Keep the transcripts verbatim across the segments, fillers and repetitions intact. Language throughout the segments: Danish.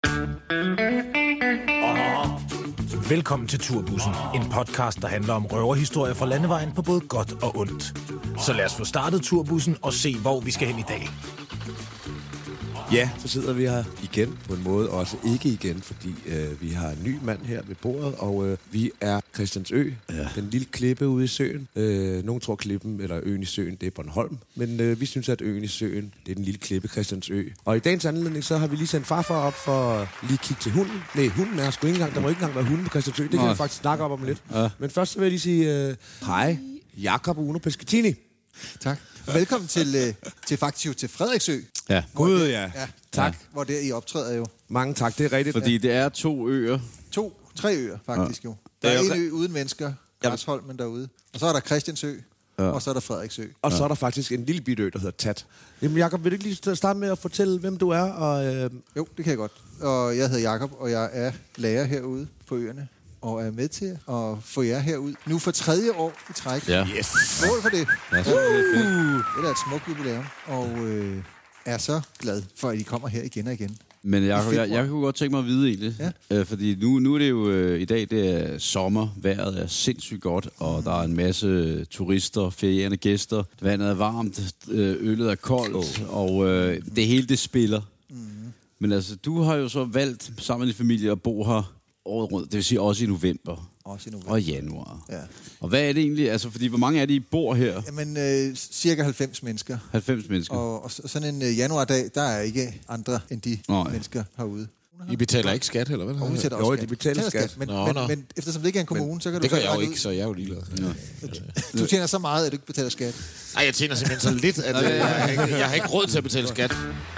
Velkommen til Turbussen, en podcast, der handler om røverhistorier fra landevejen på både godt og ondt. Så lad os få startet Turbussen og se, hvor vi skal hen i dag. Ja, så sidder vi her igen på en måde, også ikke igen, fordi øh, vi har en ny mand her ved bordet, og øh, vi er Christiansø, ja. Den lille klippe ude i søen. Øh, nogen tror klippen, eller øen i søen, det er Bornholm, men øh, vi synes, at øen i søen, det er den lille klippe Christiansø. Og i dagens anledning, så har vi lige sendt farfar op for at lige kigge til hunden. Nej, hunden er sgu ikke engang, der må ikke engang være hunden på Christiansø, det kan vi faktisk snakke op om lidt. Ja. Men først så vil jeg lige sige, øh, hej, Jakob Uno Pescatini. Tak. Velkommen til, øh, til faktisk til Frederiksø. Ja. Gud, ja. ja. Tak. Ja, hvor der I optræder jo. Mange tak, det er rigtigt. Fordi ja. det er to øer. To, tre øer faktisk ja. jo. Der er, er en ø uden mennesker, Græsholmen derude. Og så er der Christiansø, ja. og så er der Frederiksø. Og så ja. er der faktisk en lille bitte ø, der hedder Tat. Jamen Jakob, vil du ikke lige starte med at fortælle, hvem du er? Og, øh... Jo, det kan jeg godt. Og jeg hedder Jakob, og jeg er lærer herude på øerne. Og er med til at få jer herud. Nu for tredje år i træk. Ja. Yes. Mål for det. Ja, så er det fedt. Det er da et smukt jubilæum. Og øh, er så glad for, at I kommer her igen og igen. Men Jacob, jeg, jeg kunne godt tænke mig at vide egentlig. Ja. Øh, fordi nu, nu er det jo øh, i dag, det er sommer. Vejret er sindssygt godt, og mm. der er en masse turister, ferierende gæster. Vandet er varmt, øh, øllet er koldt, oh. og øh, det hele det spiller. Mm. Men altså, du har jo så valgt sammen med din familie at bo her året rundt. Det vil sige også i november. Også i november. Og januar. Ja. Og hvad er det egentlig? Altså, fordi hvor mange er det, I bor her? Jamen, øh, cirka halvfems mennesker. halvfems mennesker. Og, og sådan en øh, januardag, der er ikke andre end de Nå, ja. mennesker herude. I betaler ikke skat, eller hvad? Og vi betaler Jo, også de betaler skat. skat. Men, Nå, men, nå. men eftersom det ikke er en kommune, men så kan du... det gør jeg jo ud. ikke, så jeg er jo ligeglad. Ja. Du tjener så meget, at du ikke betaler skat. Nej, jeg tjener simpelthen så lidt, at øh, jeg, har ikke, jeg har ikke råd til at betale skat.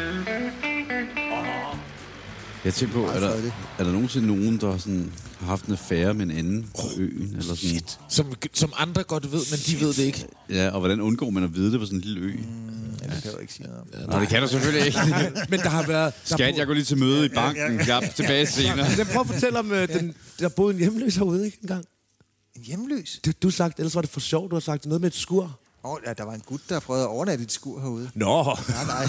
Jeg tænker på, er der, er der nogensinde nogen, der sådan har haft en affære med en anden på oh, øen? Eller sådan? Shit. Som, som andre godt ved, men de ved det ikke. Ja, og hvordan undgår man at vide det på sådan en lille ø? Mm, ja, det kan jeg jo ikke sige noget om. Ja, nej, det kan du selvfølgelig ikke. Men der har været... Der Skat, jeg går lige til møde i banken. Jeg er tilbage senere. Jeg prøver at fortælle om, uh, den, der boede en hjemløs herude, ikke engang? En hjemløs? Du, du sagt, ellers var det for sjovt, du har sagt noget med et skur. Oh, ja, der var en gut, der prøvede at overnatte i et skur herude. Nå! Nej, nej.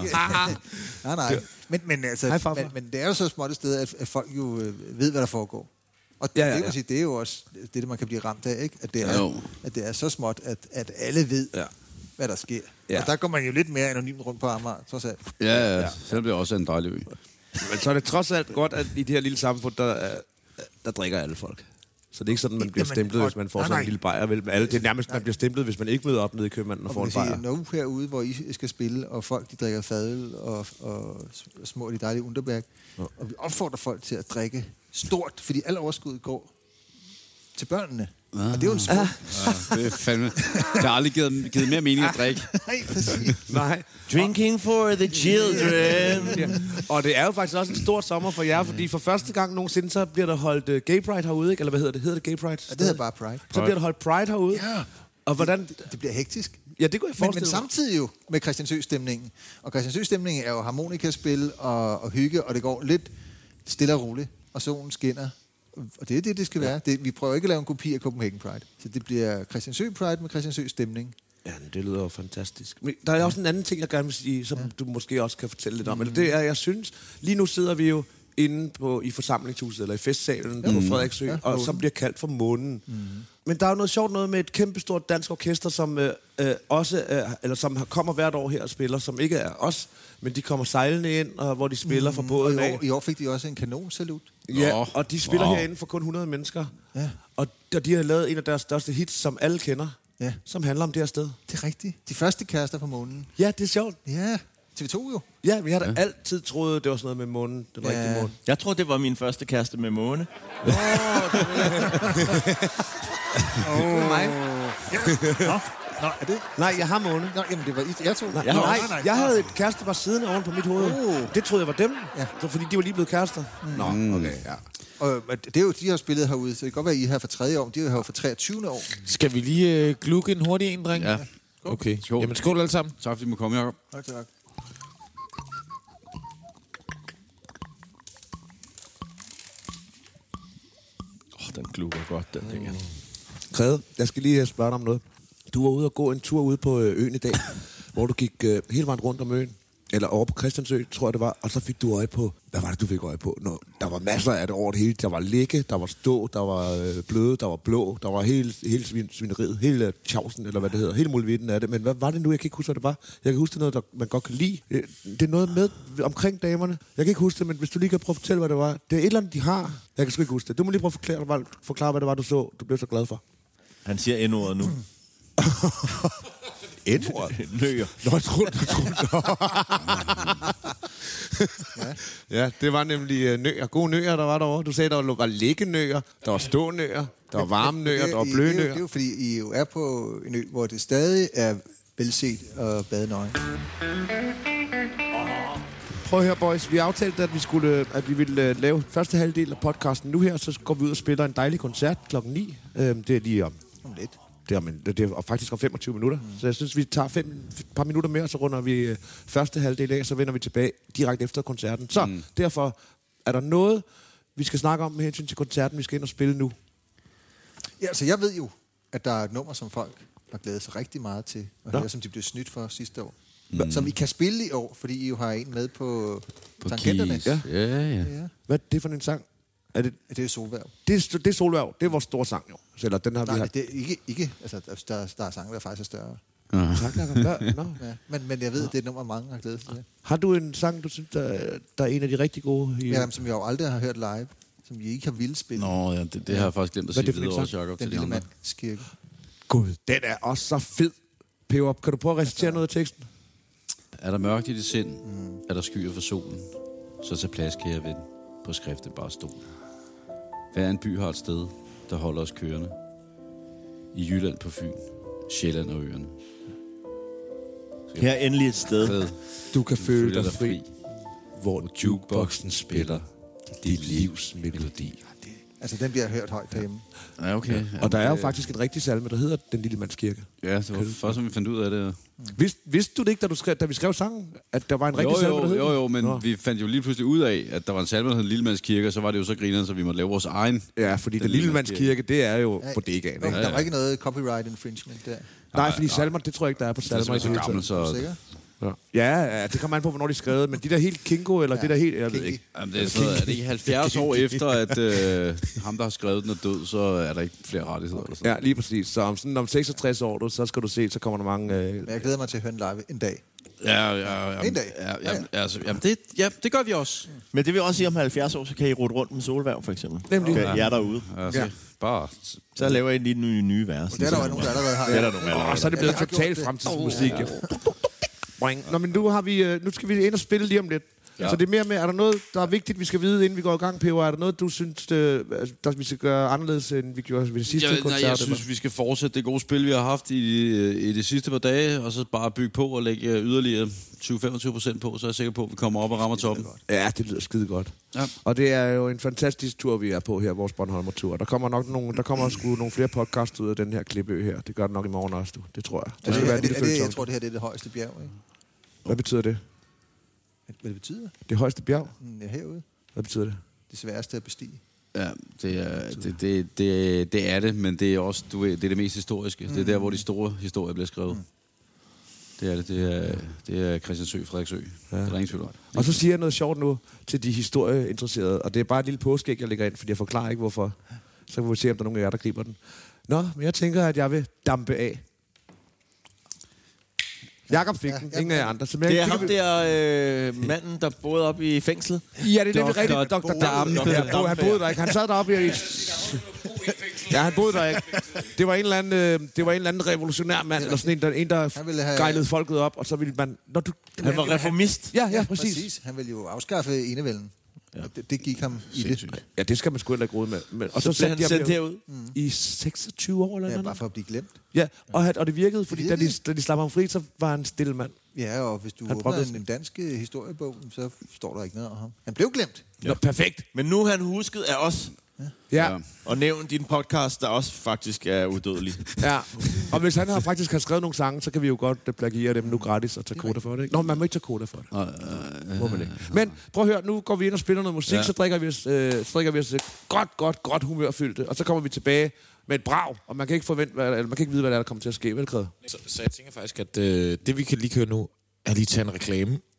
nej, nej. Men, men, altså, Hej, men, men det er jo så småt et sted, at, at folk jo øh, ved, hvad der foregår. Og Ja, ja, det, ja. det, sige, det er jo også det, det, man kan blive ramt af, ikke? At det er, at det er så småt, at, at alle ved, Ja. hvad der sker. Ja. Og der går man jo lidt mere anonymt rundt på Amager, trods alt. Ja, ja. Selvom det også er en dejlig ø. Men så er det trods alt godt, at i det her lille samfund, der, der drikker alle folk. Så det er ikke sådan, man bliver Jamen, stemplet, og, hvis man får nej, sådan nej. en lille bajer. Vel, alle, det er nærmest, man bliver stemplet, hvis man ikke møder op nede i købmanden og, Og får en man kan bajer. sige, når herude, hvor I skal spille, og folk de drikker fadøl og, og små de dejlige underbærk, ja. og vi opfordrer folk til at drikke stort, fordi al overskud går til børnene. Ah. Og det er jo en smuk. Ja, det er fandme... Det har aldrig givet, givet mere mening at drikke. Nej, præcis. Nej. Drinking for the children. Ja. Og det er jo faktisk også en stor sommer for jer, fordi for første gang nogensinde, så bliver der holdt uh, Gay Pride herude, ikke? Eller hvad hedder det? Hedder det Gay Pride? Ja, det hedder bare Pride. Så bliver der holdt Pride herude. Ja. Og hvordan... Det, det bliver hektisk. Ja, det kunne jeg Men, forestille men mig. samtidig jo med Christiansø-stemningen. Og Christiansø-stemningen er jo harmonikaspil og, og hygge, og det går lidt stille og roligt, og solen skinner. Og det er det, det skal være. Det, vi prøver ikke at lave en kopi af Copenhagen Pride. Så det bliver Christiansø Pride med Christiansø-stemning. Ja, det lyder jo fantastisk. Men der er også en anden ting, jeg gerne vil sige, som ja. du måske også kan fortælle lidt om. Mm. Det er, jeg synes, lige nu sidder vi jo inde på, i forsamlingshuset, eller i festsalen mm. på Frederiksø, ja, og som bliver kaldt for Månen. Mm. Men der er jo noget sjovt noget med et kæmpestort dansk orkester, som øh, øh, også øh, eller som kommer hvert år her og spiller, som ikke er os, men de kommer sejlende ind, og hvor de spiller mm. fra båden af. Og i år fik de også en kanonsalut. Ja, og de spiller wow. herinde for kun hundrede mennesker. Ja. Og, og de har lavet en af deres største hits, som alle kender, Ja. som handler om det her sted. Det er rigtigt. De første kærester på månen. Ja, det er sjovt. Ja, T V to jo. Ja, men jeg har da ja. altid troet, det var sådan noget med månen. Den Ja. rigtige måne. Jeg tror, det var min første kæreste med måne. Åh, det var mig. Nå, Nå, er det? Nej, jeg har måne. Nå, jamen det var I, jeg tog. Nej, Jeg har nej, nej, nej. jeg havde et kæreste, der var siddende oven på mit hoved. Oh. Det troede jeg var dem, Ja. så fordi de var lige blevet kærester. Mm. Nå, okay, ja. Og det er jo, de har spillet herude, så det kan godt være, at I er her for tredje år. De er jo her for treogtyvende år. Skal vi lige øh, glukke en hurtig en, dreng? Ja. Okay. Skål. Jamen skål alle sammen. Tak fordi du må komme, Jacob. Tak, tak. Åh, oh, den glukker godt, den ting. Krede, jeg skal lige spørge dig om noget. Du var ude og gå en tur ude på øen i dag, hvor du gik øh, hele vejen rundt om øen. eller over på Christiansø, tror jeg det var, og så fik du øje på, hvad var det, du fik øje på? Nå, der var masser af det over det hele. Der var ligge, der var stå, der var øh, bløde, der var blå, der var hele, hele svin, svineriet, hele tjavsen, eller hvad det hedder, hele muligheden af det. Men hvad var det nu? Jeg kan ikke huske, hvad det var. Jeg kan huske, det er noget, der man godt kan lide. Det er noget med omkring damerne. Jeg kan ikke huske det, men hvis du lige kan prøve at fortælle, hvad det var. Det er et eller andet, de har. Jeg kan sgu ikke huske det. Du må lige prøve at forklare, forklare hvad det var, du så. Du blev så glad for. Han siger N-ordet nu. N-ordet? Nøger. Nå, jeg troede, jeg troede. ja. ja, det var nemlig uh, nøger. Gode nøger, der var derovre. Du sagde, der var liggenøger, der var stånøger, der var varme nøger, der var bløde nøger. Det er jo fordi, I jo er på en ø, hvor det stadig er velset og badenøje. Prøv at høre, boys. Vi aftalte, at vi skulle, at vi ville uh, lave første halvdel af podcasten nu her, så går vi ud og spiller en dejlig koncert klokken ni. Uh, det er lige om... Om lidt. Det er, men, det er faktisk om femogtyve minutter. Mm. Så jeg synes, vi tager fem par minutter mere, så runder vi øh, første halvdel af, så vender vi tilbage direkte efter koncerten. Så mm. derfor er der noget, vi skal snakke om med hensyn til koncerten, vi skal ind og spille nu. Ja, altså jeg ved jo, at der er et nummer, som folk har glædet sig rigtig meget til at Nå. høre, som de blev snydt for sidste år. Mm. Som I kan spille i år, fordi I jo har en med på, på tangenterne. Ja. Ja, ja. Ja. Hvad er det for en sang? Er det, Det er Solværv. det, er, det er Solværv. Det er vores store sang, jo. Eller den har Nej, vi det er ikke, ikke altså, der, der er sange, der faktisk er større. Tak, Jacob. Nå. Ja. Men, men jeg ved, det er et nummer, mange har glædet sig til. Har du en sang, du synes, der, der er en af de rigtig gode? I, Ja, som jeg jo aldrig har hørt live. Som I ikke har ville spille. Nå, ja, det, det har jeg faktisk glemt at Hvad er sige det for en videre sang? også, Jacob, Den til de lille andre. mands kirke. Gud, den er også så fed. Peber, kan du prøve at recitere noget af teksten? Er der mørkt i dit sind, mm. er der skyer for solen, så tag plads, kære ven, på skriftet bare stol. Hver en by har et sted, der holder os kørende. I Jylland, på Fyn, Sjælland og øerne. Her er endelig et sted. Du kan føle dig dig fri, hvor jukeboxen spiller dit livs melodi. Altså, den bliver hørt højt derhjemme. Ja, okay. Og der er jo faktisk en rigtig salme, der hedder Den Lille Mands Kirke. Ja, det var først, som vi fandt ud af det. Vidste, vidste du det ikke, da, du skrev, da vi skrev sangen, at der var en rigtig Jo, salme, der jo, hed jo, jo, men Nå. vi fandt jo lige pludselig ud af, at der var en salme, der hed Lille Mands Kirke, og så var det jo så grineren, så vi måtte lave vores egen. Ja, fordi Den, Den Lille Mands Kirke, det er jo Ja, bodegaen, ikke? Der var ikke noget copyright infringement der. Nej, fordi salmer, det tror jeg ikke, der er på Det er salmer. så gammel, Er så... du sikker? Ja. Ja, ja, det kommer an på, hvornår de er skrevet, men de der helt kinko, eller ja, det der helt, jeg ved kinky. ikke. Jamen, det er, sådan, noget- er det ikke halvfjerds år efter, at øh, ham, der har skrevet den, er død, så er der ikke flere rettigheder? Eller sådan. Ja, lige præcis. Så om, sådan, om seksogtres år, du, så skal du se, så kommer der mange... Øh, Men jeg glæder mig til at høre den live en dag. Ja, ja, ja. En dag. Ja, ja, altså, jamen, det, ja, det gør vi også. Men det vil også sige, om halvfjerds år, så kan I rute rundt med Solværv, for eksempel. Nemlig. Okay, jeg er derude. Altså, Ja. Bare... Så laver I lige nye, nye vers. Det er der jo nogen, der allerede har. Det er der nogle allerede. og så er det blevet Jeg har total gjort det. fremtidsmusik. Ja. Nå, men nu, har vi, øh, nu skal vi ind og spille lige om lidt. Ja. Så det er mere med, er der noget, der er vigtigt, vi skal vide, inden vi går i gang, Peber? Er der noget, du synes, øh, der, vi skal gøre anderledes, end vi gjorde ved det sidste Jeg, koncert? nej, jeg synes, vi skal fortsætte det gode spil, vi har haft i, i de sidste par dage, og så bare bygge på og lægge yderligere tyve til femogtyve procent på, så er jeg sikker på, at vi kommer op og rammer toppen. Ja, det lyder skide godt. Ja. Og det er jo en fantastisk tur, vi er på her, vores Bornholmer-tur. Der kommer nok nogle, der kommer sgu nogle flere podcasts ud af den her Klippeø her. Det gør det nok i morgen også, du. Det tror jeg. Er det, være er en det, lille er det, jeg følgetong. tror, det her det er det højeste bjerg, ikke? Hvad betyder det? Hvad det betyder? Det højeste bjerg? Mm, ja, herude. Hvad betyder det? Det sværeste at bestige. Ja, det er det, det, det, det er det, men det er også du ved, det er det mest historiske. Mm. Det er der, hvor de store historier bliver skrevet. Mm. Det er det. Det er, det er Christiansø, Frederiksø. Ja. Det er der ingen tvivl om. Og så siger jeg noget sjovt nu til de historieinteresserede, og det er bare et lille påskæg, jeg lægger ind, fordi jeg forklarer ikke, hvorfor. Så kan vi se, om der er nogen af jer, der griber den. Nå, men jeg tænker, at jeg vil dampe af. Jakob fik den, ingen af jer andre. Så Det er ham der øh, manden, der boede op i fængslet. Ja, det er nemlig doktor rigtigt. doktor Dampe. Dampe. Ja, han boede der ikke. Han sad deroppe i... Ja, han boede der ikke. Det var en eller anden, øh, det var en eller anden revolutionær mand, eller sådan en, der, en, der Han ville have- gejlede folket op, og så ville man... Når du, Han var reformist. ja, ja, præcis. Præcis. Han ville jo afskaffe enevælden. Ja. Det, det gik ham i det. Ja, det skal man sgu heller ikke rode med. Men, og Så blev han de ham sendt her- herud. I seksogtyve år eller Ja, noget. bare for at blive glemt. Ja, og, han- og det virkede, fordi da de, virkede. da de slap ham fri, så var han en stille mand. Ja, og hvis du Han åbner brokkede en, en dansk øh, historiebog, så står der ikke noget om ham. Han blev glemt. Ja. Nå, perfekt. Men nu er han husket af os. Ja, Ja. Og nævnt din podcast, der også faktisk er udødelig. ja. Og hvis han har faktisk har skrevet nogle sange, så kan vi jo godt øh, plagiere dem nu gratis og tage koda for det, ikke? Nå, man må ikke tage koda for det. Og, øh, Må man ikke. Men prøv at høre, nu går vi ind og spiller noget musik, ja. Ja. så drikker vi os, øh, så drikker vi os øh, godt, godt, godt humørfyldte, og så kommer vi tilbage med et brag, og man kan ikke forvente, hvad, eller man kan ikke vide, hvad der, er, der kommer til at ske, vel, Kred? Så, så jeg tænker faktisk, at øh, det vi kan lige køre nu, er lige tage en reklame,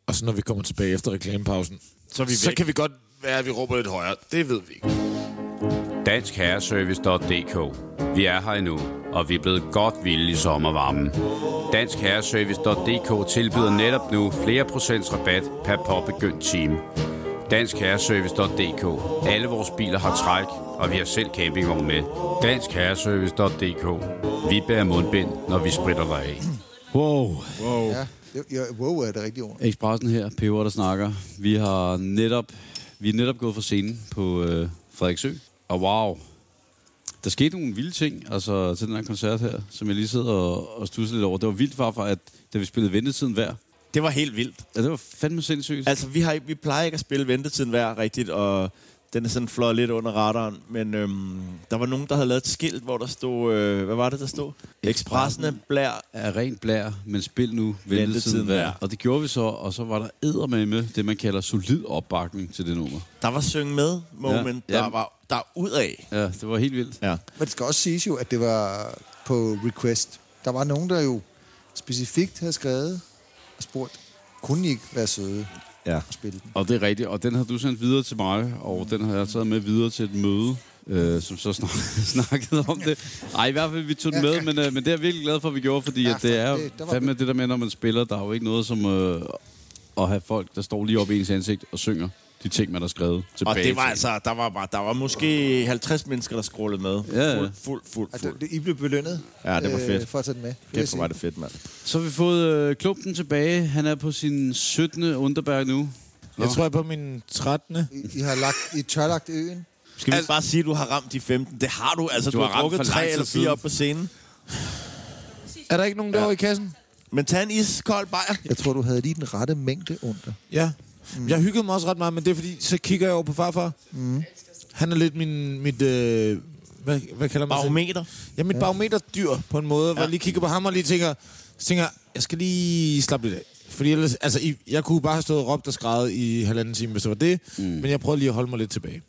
Og så når vi kommer tilbage efter reklamepausen, så, vi så kan vi godt være, at vi råber lidt højere. Det ved vi ikke. dansk herreservice punktum d k. Vi er her endnu, og vi er blevet godt vilde i sommervarmen. dansk herreservice punktum d k tilbyder netop nu flere procents rabat per påbegyndt time. dansk herreservice punktum d k. Alle vores biler har træk, og vi har selv campingvogn med. dansk herreservice punktum d k. Vi bærer mundbind, når vi spritter dig af. Wow. Wow. Ja, ja, wow er det rigtige ord. Expressen her, Peber, der snakker. Vi har netop, vi er netop gået fra scenen på øh, Frederiksø. Og wow, der skete nogle vilde ting altså, til den her koncert her, som jeg lige sidder og, og stusser lidt over. Det var vildt farfar, at da vi spillede Ventetiden hver. Det var helt vildt. Ja, det var fandme sindssygt. Altså, vi, har, vi plejer ikke at spille Ventetiden hver rigtigt, og den er sådan fløjet lidt under radaren. Men øhm, der var nogen, der havde lavet et skilt, hvor der stod... Øh, hvad var det, der stod? Expressen er blær. Er rent blær, men spil nu Ventetiden, Ventetiden hver. Og det gjorde vi så, og så var der eddermame det, man kalder solid opbakning til det nummer. Der var synge med moment, ja. der Ja. var der ud af. Ja, det var helt vildt. Ja. Men det skal også siges jo, at det var på request. Der var nogen, der jo specifikt havde skrevet og spurgt, kunne I ikke være søde ja. og spille den? Og det er rigtigt, og den har du sendt videre til mig, og den har jeg taget med videre til et møde, øh, som så snak- snakkede om det. Ej, i hvert fald, vi tog den med, men, øh, men det er jeg virkelig glad for, at vi gjorde, fordi ja, at det er det, fandme det der med, når man spiller, der er jo ikke noget som øh, at have folk, der står lige oppe i ens ansigt og synger de ting, man har skrevet tilbage. Og det var til. altså, der var, bare, der var måske halvtreds mennesker, der scrollede med. Ja. Fuld, fuld, fuld, Altså, fuld. det, I blev belønnet Ja, det var fedt. øh, for at tage den med. Kæft, hvor var det fedt, mand. Så har vi fået øh, klumpen tilbage. Han er på sin syttende Underberg nu. Jeg tror, jeg er på min trettende I, I har lagt, I tørlagt øen. Skal vi altså, bare sige, at du har ramt de femten? Det har du. Altså, Du du, har har, ramt drukket for lang tre tid eller siden. fire op på scenen. Er der ikke nogen derovre i kassen? Men tag en iskold bajer. Jeg tror, du havde lige den rette mængde under. Ja. Mm. Jeg hyggede mig også ret meget, men det er fordi, så kigger jeg over på farfar. Mm. Han er lidt min, mit, øh, hvad, hvad kalder man det? Barometer. Ja, mit ja. barometerdyr på en måde, ja. hvor jeg lige kigger på ham og lige tænker, så tænker jeg, jeg skal lige slappe lidt af. Fordi ellers, altså, I, jeg kunne bare have stået og råbt og skrevet i halvanden time, hvis det var det, mm. men jeg prøvede lige at holde mig lidt tilbage.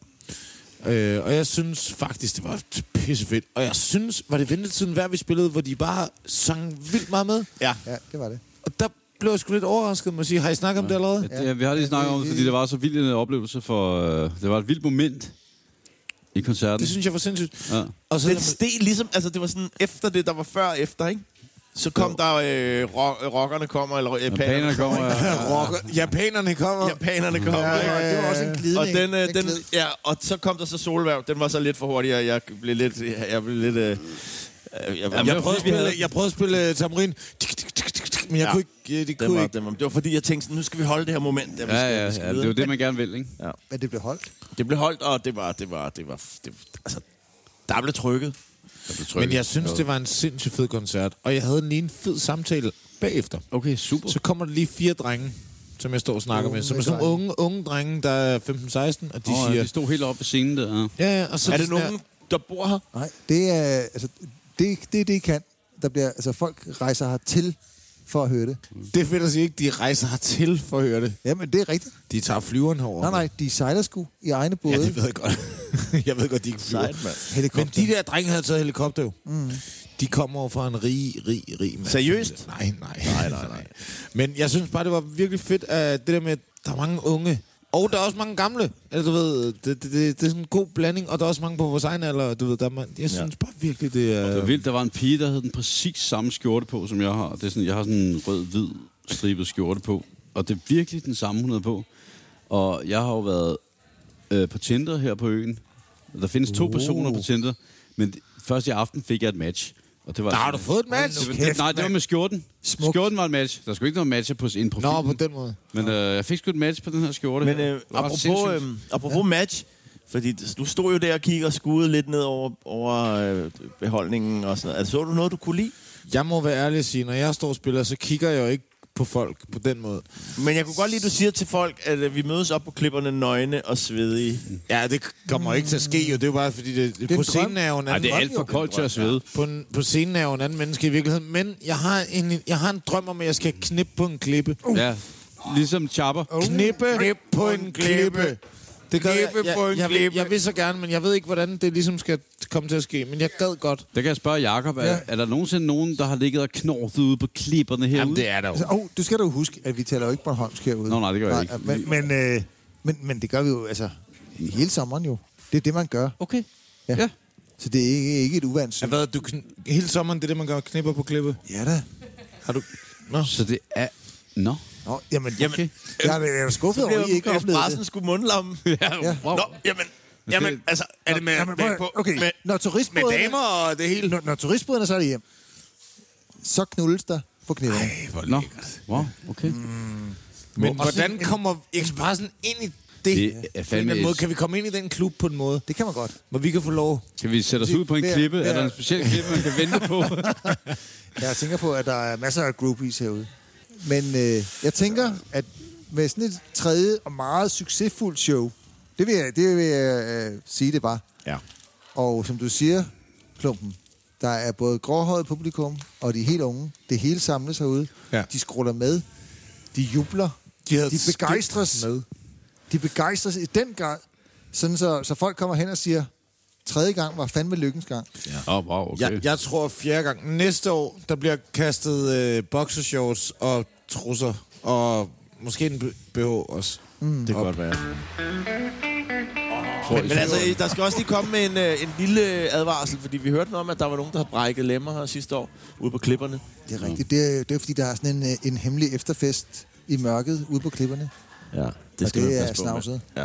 Øh, og jeg synes faktisk, det var pissefedt. Og jeg synes, var det Ventetiden hver, vi spillede, hvor de bare sang vildt meget med? Ja. Ja, det var det. Og der blev jeg sgu lidt overrasket, må jeg sige. Har I snakket ja. om det allerede? Ja, det, vi har lige snakket om det, fordi det var så vild en oplevelse for... Øh, det var et vildt moment i koncerten. Det synes jeg var sindssygt. Ja. Og så Den steg ligesom, altså det var sådan efter det, der var før og efter, ikke? Så kom jo. der øh, rock, rockerne kommer, eller japanerne, japanerne kommer. Ja. Rocker. Japanerne kommer. Japanerne kommer. Ja, ja, ja, det var også en glidning. Og, den, øh, den den, glid. ja, og så kom der så Solværv. Den var så lidt for hurtig, og jeg blev lidt... Jeg blev lidt øh, jeg, jeg, Jeg prøvede at spille, jeg prøvede at spille tamrin, men jeg Ja. kunne ikke... Det, kunne den var, ikke. den var, det var fordi, jeg tænkte, nu skal vi holde det her moment. Der, vi Ja, skal, ja, vi skal ja, det videre. er jo det, man gerne vil, ikke? Ja. Men det blev holdt. Det blev holdt, og det var... Det var, det var det, altså, der blev trykket. Der blev trykket. Men jeg synes, det var en sindssygt fed koncert, og jeg havde lige en fed samtale bagefter. Okay, super. Så kommer der lige fire drenge, som jeg står og snakker Unge med, som er sådan nogle unge, unge drenge, der er femten seksten, og de oh, siger... Ja, de stod helt oppe ved scenen der. Ja. Ja, ja, og så Er det sådan nogen, der bor her? Nej, det er altså det det det I kan. Der bliver altså folk rejser her til for at høre det. Der, det er fedt at sige, ikke? De rejser hertil for at høre det. Jamen det er rigtigt. De tager flyveren herover. Nej nej, de sejler sgu i egne både. Ja, det ved jeg godt. jeg ved godt, de ikke flyver. Sejt, mand. Helikopter. Men de der drenge havde taget helikopter jo. Mm. De kommer over fra en rig, rig, rig mand. Seriøst? Nej, nej. Nej, nej, nej. Men jeg synes bare, det var virkelig fedt, at det der med, at der er mange unge. Og der er også mange gamle. Altså, du ved, det, det, det, det er sådan en god blanding, og der er også mange på vores egen alder. Du ved, der er man, jeg synes ja. bare virkelig, det er... Det var vildt. Der var en pige, der havde den præcis samme skjorte på, som jeg har. Det er sådan, jeg har sådan en rød-hvid stribet skjorte på. Og det er virkelig den samme, hun havde på. Og jeg har jo været øh, på Tinder her på øen. Der findes to uh. personer på Tinder. Men først i aften fik jeg et match. Og det var der har du fået et match? Det, det, nej, det var med skjorten. Smukt. Skjorten var et match. Der skulle ikke noget match på en profil. Nå, på den måde. Men øh, jeg fik sgu et match på den her skjorte. Men her. øh, apropos, øh, apropos ja. match, fordi du stod jo der og kiggede og skudede lidt ned over, over øh, beholdningen og sådan noget. Altså, så du noget, du kunne lide? Jeg må være ærlig at sige, når jeg står og spiller, så kigger jeg jo ikke på folk på den måde. Men jeg kunne godt lide, at du siger til folk, at øh, vi mødes op på klipperne nøgne og svedige. Ja, det kommer ikke til at ske, jo. Det er jo bare, fordi det, det på scenen er jo en Ej, anden... det er alt for koldt til at svede. På, en, på scenen er jo en anden menneske i virkeligheden. Men jeg har en, jeg har en drøm om, at jeg skal knippe på en klippe. Uh. Ja, ligesom Chopper. Uh. Knippe Knip på en klippe. Det gør jeg, jeg, jeg, jeg, vil, jeg vil så gerne, men jeg ved ikke, hvordan det ligesom skal komme til at ske, men jeg gad godt. Det kan jeg spørge Jacob. Er, Ja. er der nogensinde nogen, der har ligget og knortet ude på klipperne herude? Jamen, det er der jo. Altså, oh, du skal da jo huske, at vi taler jo ikke Bornholmsk herude. Nå, nej, det gør jeg ikke. Men, men, øh, men, men det gør vi jo altså hele sommeren jo. Det er det, man gør. Okay. Ja. Ja. Så det er ikke, ikke et uvandt Ja, syn. hvad, du, kn- hele sommeren, det er det, man gør, knipper på klippe. Ja da. Har du... Nå. Så det er... Nå. Nå, jamen, Jamen, okay. Jeg er, jeg er skuffet over, at I ikke har oplevet Espressen det. skulle mundlamme. Ja. Wow. Nå, jamen, jamen, altså, er det med, Jamen, med, prøv- på, okay, med, når Med turistbådene, damer og det hele. når, når turistbådene så er det hjem, så knulles der på knæverne. Ej, hvor Nå. lækkert. Wow, okay. Mm. Men hvordan kommer Expressen ind i det? Det er På en eller fandme anden måde. et- Kan vi komme ind i den klub på en måde, Det kan man godt. hvor vi kan få lov? Kan vi sætte os ud på en Hver- klippe? Er hver- der en speciel klippe, man kan vente på? Jeg tænker på, at der er masser af groupies herude. Men øh, jeg tænker, at med sådan et tredje og meget succesfuldt show, det vil jeg, det vil jeg øh, sige det bare. Ja. Og som du siger, Klumpen, der er både gråhåret publikum og de helt unge. Det hele samles herude. Ja. De scroller med. De jubler. De, havde De begejstres. med. De begejstres i den grad. Sådan så, så folk kommer hen og siger, tredje gang var fandme lykkens gang. Åh, oh, wow, okay. Jeg, jeg tror fjerde gang. Næste år, der bliver kastet øh, boxershorts og trusser. Og måske en B H også. Mm. Det kan godt være. Men, men altså, der skal også lige komme med en, øh, en lille advarsel, fordi vi hørte noget om, at der var nogen, der havde brækket lemmer her sidste år, ude på klipperne. Det er rigtigt. Det er, det er fordi, der er sådan en, øh, en hemmelig efterfest i mørket ude på klipperne. Ja, Og det skal det man er passe på med. snavset. Ja.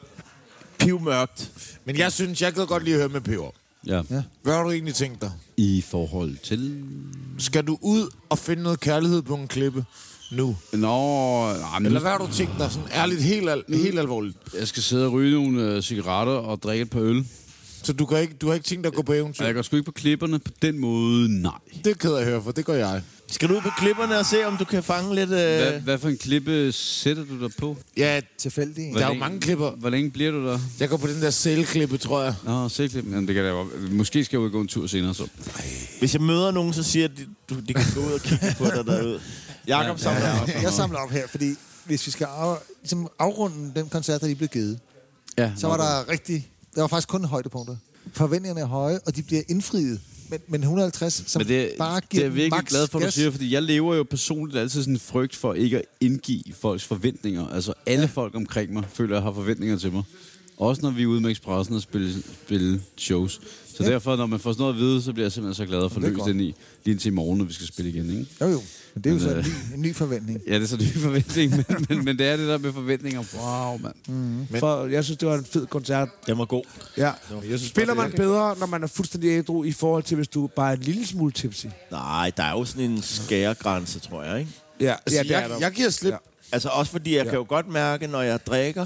Pivmørkt. Men jeg synes, jeg kan godt lige høre med Peber. Ja. Ja. Hvad har du egentlig tænkt dig? I forhold til... Skal du ud og finde noget kærlighed på en klippe nu? Nå, jamen, Eller hvad har du tænkt dig? Sådan ærligt, helt, al- helt alvorligt. jeg skal sidde og ryge nogle øh, cigaretter og drikke et par øl. Så du, kan ikke, du har ikke tænkt dig at gå på eventyr? Og jeg går sgu ikke på klipperne på den måde, nej. Det er ked af at høre, for det gør jeg. Skal du ud på klipperne og se, om du kan fange lidt... Øh... Hvad, hvad for en klippe sætter du dig på? Ja, Tilfældig. der er jo længe- mange klipper. Hvor længe bliver du der? Jeg går på den der sælklippe, tror jeg. Nå, selvklippen. Jamen, det kan da jo... Måske skal jeg ud og gå en tur senere, så. Hvis jeg møder nogen, så siger de, du, de kan gå ud og kigge på dig derude. Jakob samler op. Jeg samler op her, fordi hvis vi skal af, ligesom afrunde den koncert, der lige blev givet, Ja, så var der rigtig... Der var faktisk kun højdepunkter. Forventningerne er høje, og de bliver indfriet. Men, men et hundrede og halvtreds, som Men det, bare det giver er jeg virkelig max glad for, at du gas. siger, fordi jeg lever jo personligt altid sådan en frygt for ikke at indgive folks forventninger. Altså alle ja. folk omkring mig føler, jeg har forventninger til mig. Også når vi er ude med Expressen og spille, spille shows. Så Ja. ja. derfor, når man får sådan noget at vide, så bliver jeg simpelthen så glad at få Det er løst godt. den i, lige indtil i morgen, når vi skal spille igen, ikke? Jo, jo. Men det er jo Men, så en øh, ny, en ny forventning. Ja, det er så en ny forventning, men, men, men det er det der med forventninger. Wow, mand. Men for, jeg synes, det var en fed koncert. Den var god. Ja. Jeg synes, Spiller bare, man det- bedre, når man er fuldstændig ædru, i forhold til, hvis du bare er en lille smule tipsy? Nej, der er jo sådan en skæregrænse, tror jeg, ikke? Ja, Altså, ja det er jeg- der. jeg giver slip. Ja. Altså også fordi, jeg ja. kan jo godt mærke, når jeg drikker,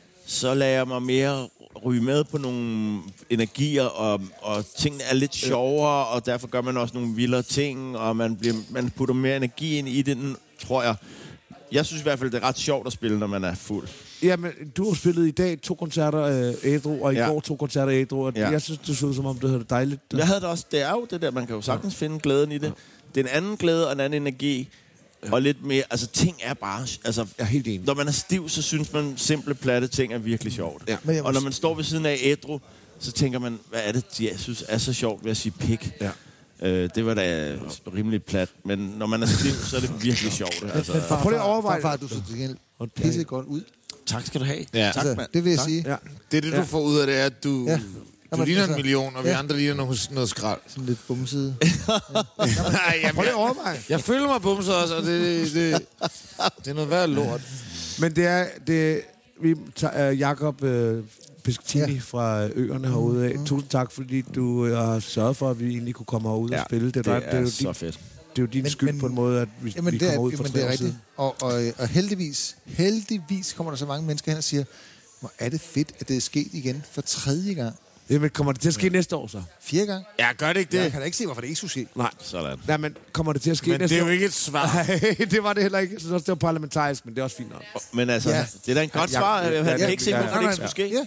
så lader jeg mig mere ryge med på nogle energier, og, og tingene er lidt sjovere, og derfor gør man også nogle vildere ting, og man, bliver, man putter mere energi ind i det, tror jeg. Jeg synes i hvert fald, det er ret sjovt at spille, når man er fuld. Jamen, du har spillet i dag to koncerter øh, ædru, og i Ja. går to koncerter ædru, og Ja. jeg synes, det så ud som om, det havde det dejligt. Jeg havde det også, det er jo det der, man kan jo sagtens finde glæden i det. Det er en anden glæde og en anden energi, og lidt mere, altså ting er bare, altså Jeg er helt enig. når man er stiv, så synes man simple, platte ting er virkelig sjovt. Ja. Men jeg må Og når s- man står ved siden af ædru, så tænker man, hvad er det, jeg synes er så sjovt ved at sige pik? Ja. Øh, det var da rimelig plat, men når man er stiv, så er det virkelig sjovt. Altså, Men far, Prøv lige at overveje- Farfar, du så til gengæld pisse godt ud. tak skal du have. Ja. Tak, Altså, mand. det vil jeg sige. Ja. Det er det, du får ud af det, at du, Ja. ja. du Jamen, ligner altså- en million, og vi Ja. andre ligner noget, noget skrald. Sådan lidt bumsede. Nej, jamen, prøv lige at overveje. Jeg føler mig bumset også, og det, det, det er noget værd lort. Men det er, det, vi tager uh, Jakob uh, Pescatini Ja. fra øerne herude af. Tusind tak, fordi du uh, har sørget for, at vi egentlig kunne komme herud Ja, og spille. Det, det er, er, det, er jo så din, fedt. det er jo din Men- skyld men- på en måde, at vi, Jamen, vi det er, kommer ud for jamen, tre det er år rigtigt. siden. Og, og, og heldigvis, heldigvis kommer der så mange mennesker hen og siger, hvor er det fedt, at det er sket igen for tredje gang. Jamen, kommer det til at ske næste år så? Fjerde gang. Ja, gør det ikke det? Jeg kan da ikke se, hvorfor det ikke skulle ske. Nej. Sådan. Nej, men kommer det til at ske Men næste det er jo år? ikke et svar. Nej, det var det heller ikke. Jeg synes også, det var parlamentarisk, men det er også fint nok. Men altså, Ja. ja. det er da en godt Ja, svar. ja, Jeg ja, kan ja, ikke se, ja, hvorfor ja. det ikke skulle ske. Ja. Ja.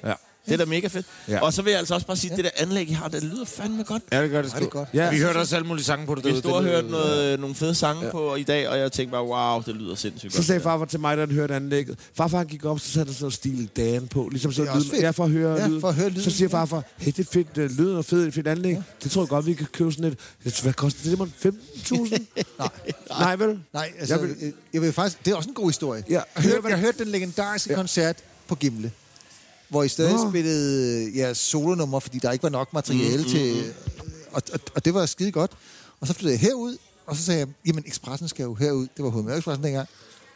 Det er da mega fedt. Ja. Og så vil jeg altså også bare sige, at det der anlæg, I har, det lyder fandme godt. Ja, det gør det Ja, det er sgu. godt. Ja. Vi hørte også alle mulige sange på det. Hvis du har det, hørt det, noget, nogle fede sange ja. på i dag, og jeg tænkte bare, wow, det lyder sindssygt Så godt. sagde farfar til mig, da han hørte anlægget. Farfar han gik op, så satte der sådan Stil Dan på. Ligesom så Det er også lyden. fedt. Ja, for at høre Ja, lyden. for at høre lyden. Så siger farfar, hey, det er fedt uh, lyden og fedt, fedt anlæg. Ja. Det tror jeg godt, vi kan købe sådan et. Jeg tror, hvad koster det? femten tusind? Nej. Nej, vel? Nej, altså, jeg Jeg vil, vil- jeg vil faktisk... Det er også en god historie. Ja. Jeg, hørte, jeg hørte den legendariske ja. koncert på Gimle, hvor I stadig Nå. spillede jeres solonummer, fordi der ikke var nok materiale mm, til... Og, og, og det var skide godt. Og så flyttede jeg herud, og så sagde jeg, jamen, Expressen skal jo herud. Det var Hovedmærke Expressen dengang.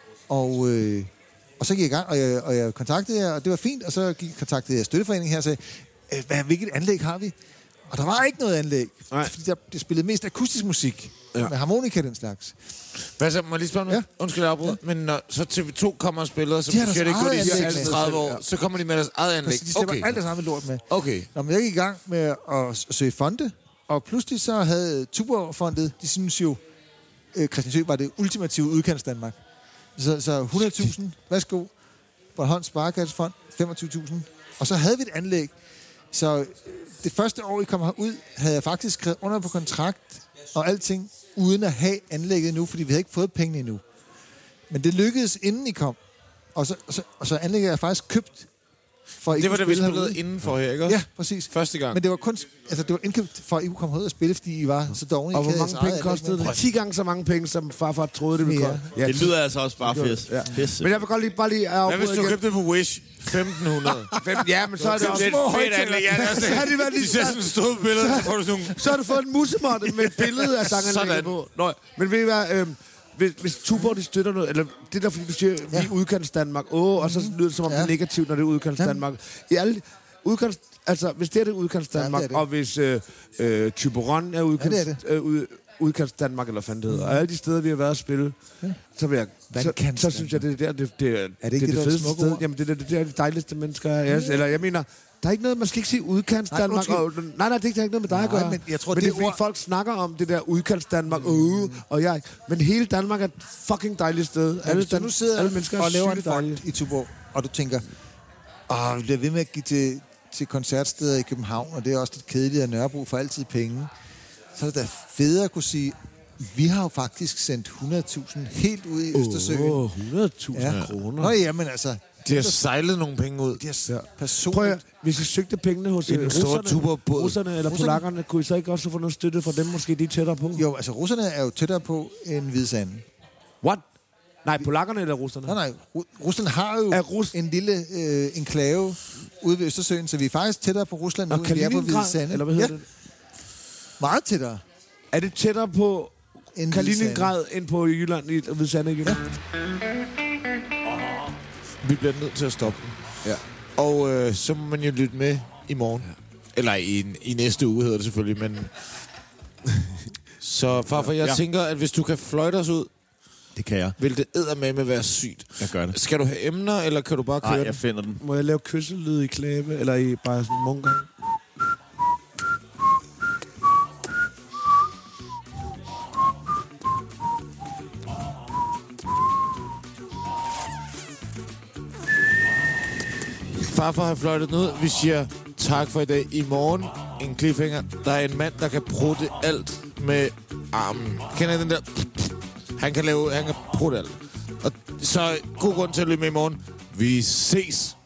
Og, øh, og så gik jeg i gang, og jeg, og jeg kontaktede jer, og det var fint. Og så gik jeg kontaktede jeg støtteforeningen her og sagde, øh, hvad, hvilket anlæg har vi? Og der var ikke noget anlæg. Nej. Fordi der, det spillede mest akustisk musik. Ja. Med harmonika den slags. Hvad så? Må jeg lige spørge nu? Ja. Ja. Undskyld, jeg afbryder. Ja. Men når så T V to kommer og spiller, som De har du deres siger, det eget går de anlæg sidste med. tredive år, Ja. så kommer de med deres eget anlæg. Altså, de stemmer Okay. alt det samme lort med. Okay. Når man jeg gik i gang med at s- søge fonde, og pludselig så havde Tuborg-fondet, de synes jo, øh, Christiansø var det ultimative udkants Danmark. Så, så hundrede tusind, værsgo, Bornholms Sparekassefond, femogtyve tusind. Og så havde vi et anlæg. Så øh, det første år, I kom herud, havde jeg faktisk skrevet under på kontrakt og alting, uden at have anlægget endnu, fordi vi havde ikke fået pengene endnu. Men det lykkedes, inden I kom. Og så, og så, og så anlægget er faktisk købt. For at I Det var kunne da vi spille spillede herude. indenfor her, ikke også? Ja, præcis. Første gang. Men det var kun, altså det var indkøbt for, at I kunne komme ud og spille, fordi I var så dogne. Og hvor mange penge kostede det? ti gange så mange penge, som farfar troede, det ville Mere. koste. Ja, det lyder altså også bare fedt. Ja. Pisse. Men jeg vil godt lige, bare lige Hvad afbryde hvis du igen. købte det på Wish? femten hundrede. Fem, ja, men så er det Det også er et små fedt højtaler. anlæg. Ja, det er Så har de været sådan, de lige ser sådan et stort billede, så får du sådan nogle... Så har du fået en musemåtte med et billede af sanganlægget Sådan. på. Nå, men ved I hvad, øhm, hvis, hvis Tuborg de støtter noget, eller det er der, fordi du siger, vi er udkants Danmark, åh, og så lyder det som om Ja. det er negativt, når det er udkants Danmark. I alle, udkants, altså, hvis det er det udkants Danmark, Ja, det er det. og hvis øh, øh, Tyberon er udkants, Ja, det er Øh, ud, udkants Danmark, eller fandt det hedder, og alle de steder, vi har været og spille, så, vil jeg, så, Vandkants så synes jeg, det er der, det, det, er, Er det ikke det, det, der er fedeste smukke sted. ord? Jamen, det er det, det er de dejligste mennesker, er. Yes. Eller jeg mener, der er ikke noget, man skal ikke sige udkants Nej, Danmark. undskyld. Og, nej, nej, det er ikke, det har ikke noget med dig at Nej, gøre. men jeg tror, men det det er fordi, ord- folk snakker om det der udkants Danmark, mm. øh, og jeg. Men hele Danmark er et fucking dejligt sted. Ja, alle, hvis du Dan- nu sidder alle mennesker er og laver en sygt fond dejlige. i Tuborg, og du tænker, åh, vi bliver ved med at give til, til koncertsteder i København, og det er også lidt kedeligt at Nørrebro for altid penge, så er det da federe at kunne sige, vi har jo faktisk sendt hundrede tusind helt ud i Østersøen. Åh, hundrede tusind Ja. kroner. Nå jamen altså, De har sejlet nogle penge ud. de har Ja. personligt... Prøv at, hvis I søgte pengene hos I den øh, store russerne, Tuborg-båd. russerne eller Russerne? polakkerne, kunne I så ikke også få noget støtte fra dem? Måske de er tættere på? Jo, altså russerne er jo tættere på end Hvidsanden. What? Nej, polakkerne eller russerne? Nej, nej, Ru- Rusland har jo Er Rus- en lille øh, enklave ude ved Østersøen, så vi er faktisk tættere på Rusland nu, Og end vi er på Kaliningrad, Hvidsande. eller hvad hedder ja, det? meget tættere. Er det tættere på End Kaliningrad end på Jylland, i Hvidsande i Jylland? Vi bliver nødt til at stoppe den. Ja. Og øh, så må man jo lytte med i morgen. Ja. Eller i, i næste uge hedder det selvfølgelig, men... Så farfar, jeg ja. tænker, at hvis du kan fløjte os ud, Det kan jeg. vil det eddermame være sygt. Jeg gør det. Skal du have emner, eller kan du bare køre Nej, den? jeg finder den. Må jeg lave kysselyd i klæbe, eller i bare sådan en munker? Farfar har fløjtet den ud. Vi siger tak for i dag. I morgen, en cliffhanger. Der er en mand, der kan prutte alt med armen. Kender I den der? Han kan lave, han kan prutte alt. Og så god grund til at lytte med i morgen. Vi ses.